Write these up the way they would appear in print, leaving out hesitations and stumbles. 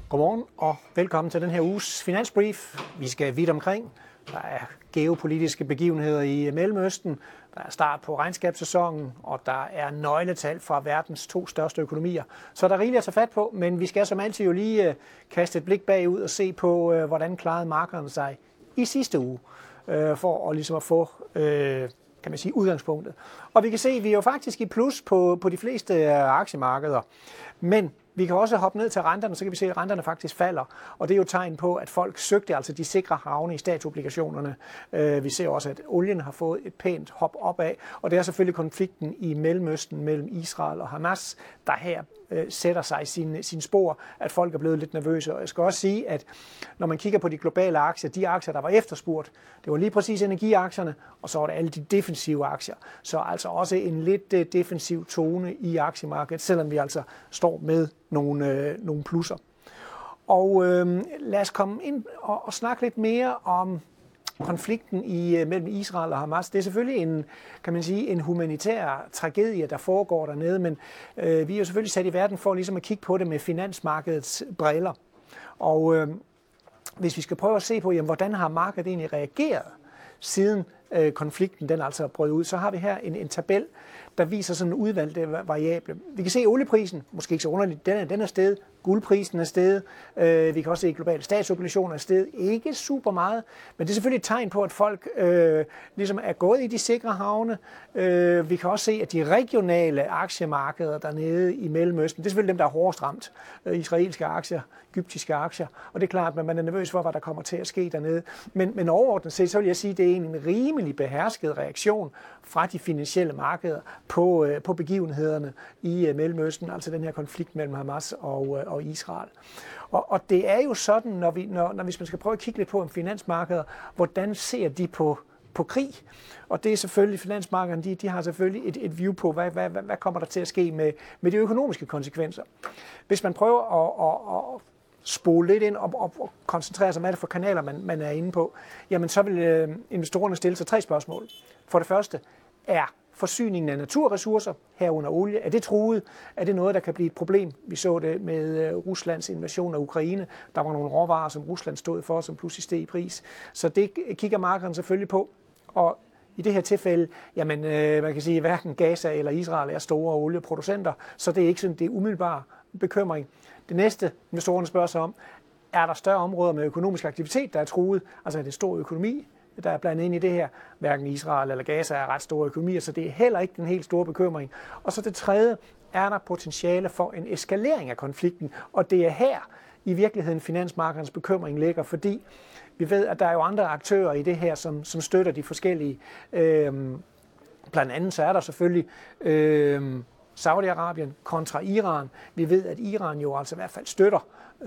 Godmorgen og velkommen til den her uges finansbrief. Vi skal vidt omkring. Der er geopolitiske begivenheder i Mellemøsten, der er start på regnskabssæsonen, og der er nøgletal fra verdens 2 største økonomier. Så der er rigeligt at tage fat på, men vi skal som altid jo lige kaste et blik bagud og se på, hvordan klarede markederne sig i sidste uge, for at, ligesom at få kan man sige, udgangspunktet. Og vi kan se, at vi er jo faktisk i plus på de fleste aktiemarkeder, men vi kan også hoppe ned til renterne, så kan vi se, at renterne faktisk falder. Og det er jo et tegn på, at folk søgte altså de sikre havne i statsobligationerne. Vi ser også, at olien har fået et pænt hop opad. Og det er selvfølgelig konflikten i Mellemøsten mellem Israel og Hamas, der her sætter sig sin spor, at folk er blevet lidt nervøse. Og jeg skal også sige, at når man kigger på de globale aktier, de aktier, der var efterspurgt, det var lige præcis energiaktierne, og så var det alle de defensive aktier. Så altså også en lidt defensiv tone i aktiemarkedet, selvom vi altså står med nogle plusser. Og lad os komme ind og snakke lidt mere om konflikten mellem Israel og Hamas. Det er selvfølgelig en humanitær tragedie, der foregår dernede, men vi er jo selvfølgelig sat i verden for ligesom at kigge på det med finansmarkedets briller. Og hvis vi skal prøve at se på, jamen, hvordan har markedet egentlig reageret siden konflikten den altså brød ud, så har vi her en tabel, der viser sådan en udvalgte variable. Vi kan se olieprisen, måske ikke så underligt, den er steget, guldprisen er steget, vi kan også se globale statsobligationer er steget, ikke super meget, men det er selvfølgelig et tegn på, at folk ligesom er gået i de sikre havne. Vi kan også se, at de regionale aktiemarkeder dernede i Mellemøsten, det er selvfølgelig dem, der er hårdest ramt, israelske aktier, egyptiske aktier, og det er klart, at man er nervøs for, hvad der kommer til at ske dernede. Men overordnet set, så vil jeg sige, at det er en rimelig behersket reaktion fra de finansielle markeder på begivenhederne i Mellemøsten, altså den her konflikt mellem Hamas og Israel. Og det er jo sådan, når hvis man skal prøve at kigge lidt på finansmarkeder, hvordan ser de på krig? Og det er selvfølgelig, finansmarkederne, de har selvfølgelig et view på, hvad kommer der til at ske med de økonomiske konsekvenser. Hvis man prøver at spole lidt ind og koncentrere sig om, hvad det for kanaler, man er inde på, jamen så vil investorerne stille sig 3 spørgsmål. For det første, er forsyningen af naturressourcer, herunder olie, er det truet? Er det noget, der kan blive et problem? Vi så det med Ruslands invasion af Ukraine. Der var nogle råvarer, som Rusland stod for, som pludselig steg i pris. Så det kigger markederne selvfølgelig på. Og i det her tilfælde, jamen man kan sige, at hverken Gaza eller Israel er store olieproducenter, så det er ikke sådan, det er umiddelbar bekymring. Det næste, investorerne spørger sig om, er der større områder med økonomisk aktivitet, der er truet? Altså er det stor økonomi, der er blandet ind i det her? Hverken Israel eller Gaza er ret store økonomier, så det er heller ikke den helt store bekymring. Og så det tredje, er der potentiale for en eskalering af konflikten, og det er her i virkeligheden finansmarkedens bekymring ligger, fordi vi ved, at der er jo andre aktører i det her, som støtter de forskellige. Blandt andet så er der selvfølgelig Saudi-Arabien kontra Iran. Vi ved, at Iran jo altså i hvert fald støtter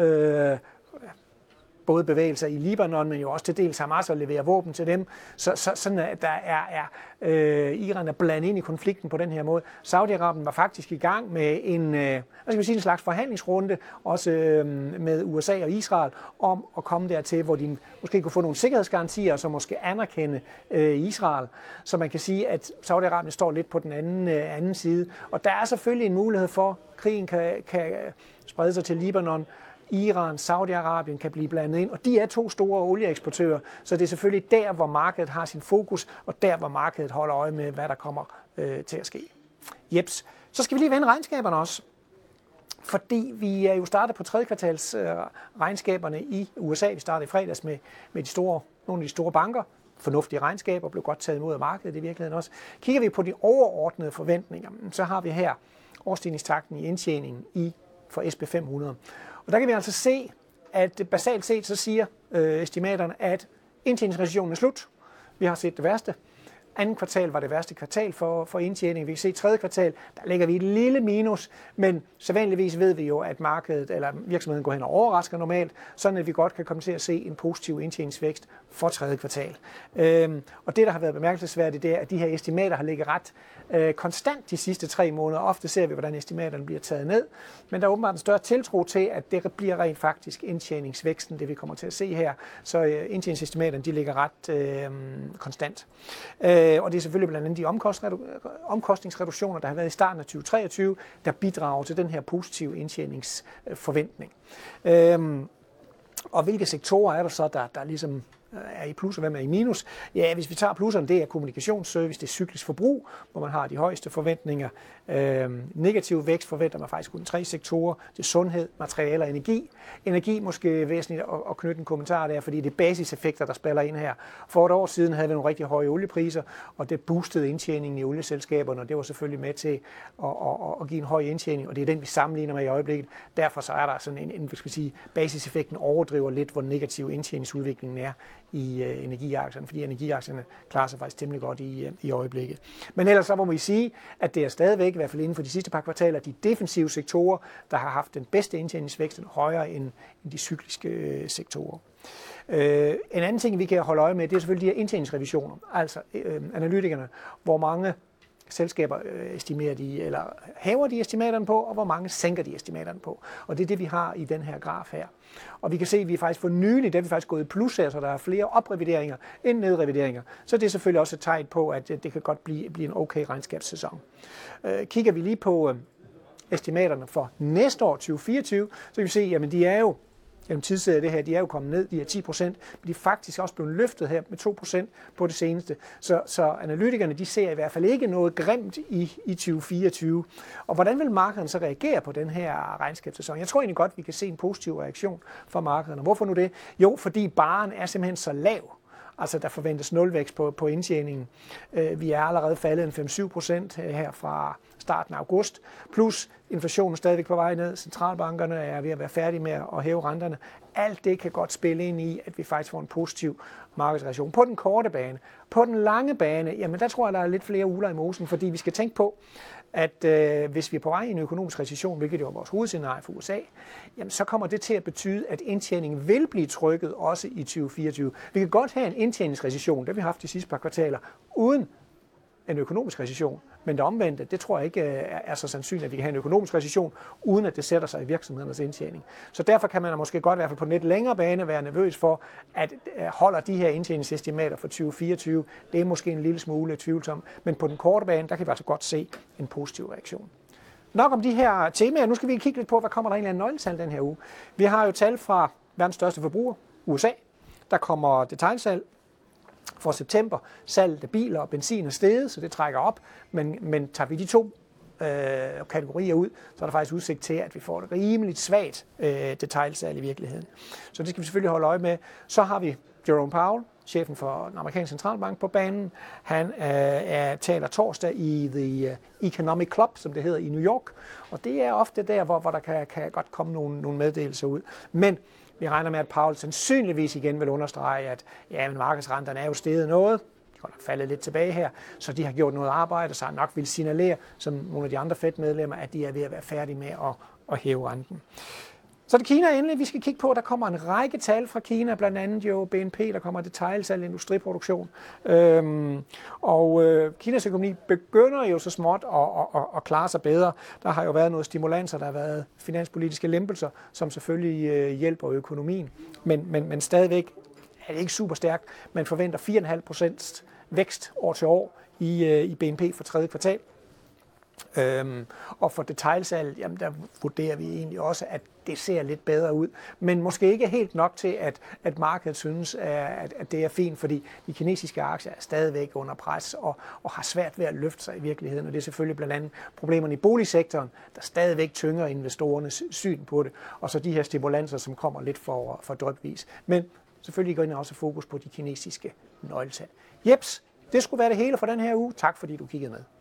både bevægelser i Libanon, men jo også til dels Hamas og leverer våben til dem. Så sådan at der Iran er blandet ind i konflikten på den her måde. Saudi-Arabien var faktisk i gang med en slags forhandlingsrunde, også med USA og Israel, om at komme dertil, hvor de måske kunne få nogle sikkerhedsgarantier, som måske anerkende Israel. Så man kan sige, at Saudi-Arabien står lidt på den anden side. Og der er selvfølgelig en mulighed for, at krigen kan sprede sig til Libanon. Iran, Saudi-Arabien kan blive blandet ind, og de er 2 store olieeksportører, så det er selvfølgelig der, hvor markedet har sin fokus, og der, hvor markedet holder øje med, hvad der kommer til at ske. Jeps. Så skal vi lige vende regnskaberne også, fordi vi er jo startet på 3. kvartals regnskaberne i USA. Vi startede i fredags med nogle af de store banker. Fornuftige regnskaber blev godt taget imod af markedet i virkeligheden også. Kigger vi på de overordnede forventninger, så har vi her årsstigningstakten i indtjeningen for SP 500. Og der kan vi altså se, at basalt set så siger estimaterne, at indtjeningsrecessionen er slut. Vi har set det værste. Andet kvartal var det værste kvartal for indtjening. Vi kan se i 3. kvartal, der ligger vi et lille minus, men sædvanligvis ved vi jo, at markedet eller virksomheden går hen og overrasker normalt, sådan at vi godt kan komme til at se en positiv indtjeningsvækst for 3. kvartal. Og det, der har været bemærkelsesværdigt, det er, at de her estimater har ligget ret konstant de sidste 3 måneder. Ofte ser vi, hvordan estimaterne bliver taget ned, men der er åbenbart en større tiltro til, at det bliver rent faktisk indtjeningsvæksten, det vi kommer til at se her. Så indtjeningsestimaterne, de ligger ret konstant. Og det er selvfølgelig blandt andet de omkostningsreduktioner, der har været i starten af 2023, der bidrager til den her positive indtjeningsforventning. Og hvilke sektorer er der så, der ligesom er i plus, og hvem er i minus? Ja, hvis vi tager plusserne, det er kommunikationsservice, det er cyklisk forbrug, hvor man har de højeste forventninger. Negativ vækst forventer man faktisk kun 3 sektorer. Det er sundhed, materialer og energi. Energi måske væsentligt at knytte en kommentar der, fordi det er basiseffekter, der spiller ind her. For et år siden havde vi nogle rigtig høje oliepriser, og det boostede indtjeningen i olieselskaberne, og det var selvfølgelig med til at give en høj indtjening, og det er den, vi sammenligner med i øjeblikket. Derfor så er der sådan en basiseffekten overdriver lidt, hvor negativ indtjeningsudviklingen er i energiaktierne, fordi energiaktierne klarer sig faktisk temmelig godt i øjeblikket. Men ellers så må vi sige, at det er stadigvæk, i hvert fald inden for de sidste par kvartaler, de defensive sektorer, der har haft den bedste indtjeningsvækst, højere end de cykliske sektorer. En anden ting, vi kan holde øje med, det er selvfølgelig de her indtjeningsrevisioner, altså analytikerne, hvor mange selskaber estimerer de, eller hæver de estimaterne på, og hvor mange sænker de estimaterne på. Og det er det, vi har i den her graf her. Og vi kan se, at vi faktisk for nylig, der er vi faktisk gået i plus her, så der er flere oprevideringer end nedrevideringer. Så det er selvfølgelig også et tegn på, at det kan godt blive en okay regnskabssæson. Kigger vi lige på estimaterne for næste år, 2024, så kan vi se, at de er jo gennem tidssædet det her, de er jo kommet ned, de her 10%, men de er faktisk også blevet løftet her med 2% på det seneste. Så analytikerne, de ser i hvert fald ikke noget grimt i 2024. Og hvordan vil markederne så reagere på den her regnskabssæson? Jeg tror egentlig godt, vi kan se en positiv reaktion fra markederne. Hvorfor nu det? Jo, fordi barren er simpelthen så lav. Altså der forventes nulvækst på indtjeningen. Vi er allerede faldet en 5-7% her fra starten af august, plus inflationen stadigvæk på vej ned, centralbankerne er ved at være færdige med at hæve renterne. Alt det kan godt spille ind i, at vi faktisk får en positiv markedsreaktion på den korte bane. På den lange bane, jamen der tror jeg, der er lidt flere uler i mosen, fordi vi skal tænke på, at hvis vi er på vej i en økonomisk recession, hvilket jo er vores hovedscenarie for USA, jamen, så kommer det til at betyde, at indtjeningen vil blive trykket også i 2024. Vi kan godt have en indtjeningsrecession, det vi har haft de sidste par kvartaler, uden en økonomisk recession. Men det omvendte, det tror jeg ikke er så sandsynligt, at vi kan have en økonomisk recession, uden at det sætter sig i virksomhedernes indtjening. Så derfor kan man måske godt i hvert fald på en lidt længere bane være nervøs for, at holder de her indtjeningsestimater for 2024, det er måske en lille smule tvivlsomt. Men på den korte bane, der kan vi altså godt se en positiv reaktion. Nok om de her temaer. Nu skal vi kigge lidt på, hvad kommer der egentlig af nøgletal den her uge. Vi har jo tal fra verdens største forbruger, USA. Der kommer detailsalg for september. Salget af biler og benzin er steget, så det trækker op. Men tager vi de to kategorier ud, så er der faktisk udsigt til, at vi får et rimeligt svagt detailsalg i virkeligheden. Så det skal vi selvfølgelig holde øje med. Så har vi Jerome Powell, chefen for den amerikanske centralbank, på banen. Han taler torsdag i The Economic Club, som det hedder, i New York. Og det er ofte der, hvor der kan godt komme nogle meddelelser ud. Men vi regner med, at Powell sandsynligvis igen vil understrege, at men markedsrenterne er jo steget noget. De har nok faldet lidt tilbage her, så de har gjort noget arbejde, så han nok vil signalere, som nogle af de andre Fed-medlemmer, at de er ved at være færdige med at hæve renten. Så det Kina endelig, vi skal kigge på. Der kommer en række tal fra Kina, blandt andet jo BNP, der kommer detailsalg, industriproduktion. Kinas økonomi begynder jo så småt at klare sig bedre. Der har jo været noget stimulanser, der har været finanspolitiske lempelser, som selvfølgelig hjælper økonomien. Men stadigvæk er det ikke super stærkt. Man forventer 4,5% vækst år til år i BNP for tredje kvartal. Og for detailsalg, jamen der vurderer vi egentlig også, at det ser lidt bedre ud, men måske ikke helt nok til, at markedet synes, at det er fint, fordi de kinesiske aktier er stadigvæk under pres og har svært ved at løfte sig i virkeligheden, og det er selvfølgelig blandt andet problemerne i boligsektoren, der stadigvæk tynger investorernes syn på det, og så de her stimulanser, som kommer lidt for drypvis. Men selvfølgelig går ind også fokus på de kinesiske nøgletal. Jeps, det skulle være det hele for den her uge. Tak fordi du kiggede med.